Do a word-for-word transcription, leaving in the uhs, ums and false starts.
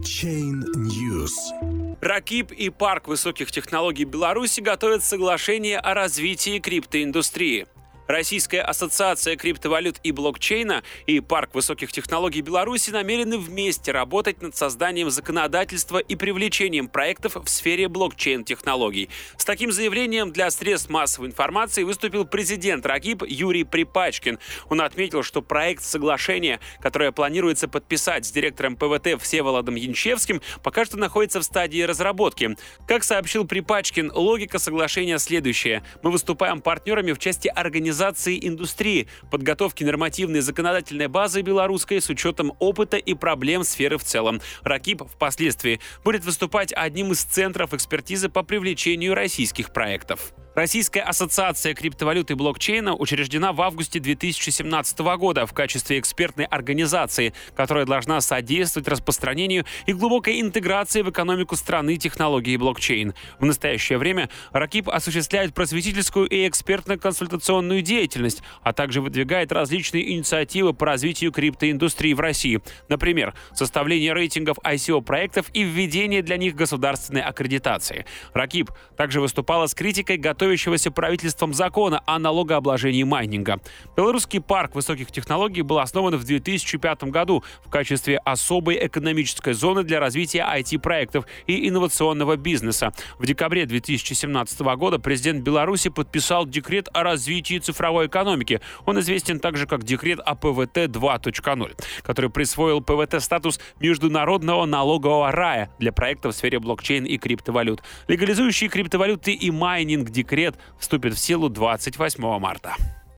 Блокчейн Ньюс. РАКИБ и Парк высоких технологий Беларуси готовят соглашение о развитии криптоиндустрии. Российская ассоциация криптовалют и блокчейна и Парк высоких технологий Беларуси намерены вместе работать над созданием законодательства и привлечением проектов в сфере блокчейн-технологий. С таким заявлением для средств массовой информации выступил президент РАКИБ Юрий Припачкин. Он отметил, что проект соглашения, которое планируется подписать с директором ПВТ Всеволодом Янчевским, пока что находится в стадии разработки. Как сообщил Припачкин, логика соглашения следующая. Мы выступаем партнерами в части организации индустрии, подготовки нормативной и законодательной базы белорусской с учетом опыта и проблем сферы в целом. РАКИБ впоследствии будет выступать одним из центров экспертизы по привлечению российских проектов. Российская ассоциация криптовалют и блокчейна учреждена в августе две тысячи семнадцатого года в качестве экспертной организации, которая должна содействовать распространению и глубокой интеграции в экономику страны технологии блокчейн. В настоящее время РАКИБ осуществляет просветительскую и экспертно-консультационную деятельность, а также выдвигает различные инициативы по развитию криптоиндустрии в России. Например, составление рейтингов ай си о-проектов и введение для них государственной аккредитации. РАКИБ также выступала с критикой готовящегося правительством закона о налогообложении майнинга. Белорусский парк высоких технологий был основан в две тысячи пятом году в качестве особой экономической зоны для развития ай ти-проектов и инновационного бизнеса. В декабре две тысячи семнадцатого года президент Беларуси подписал декрет о развитии цифровой экономики. Он известен также как декрет о ПВТ два точка ноль, который присвоил ПВТ статус международного налогового рая для проектов в сфере блокчейн и криптовалют. Легализующий криптовалюты и майнинг декрет вступит в силу двадцать восьмого марта.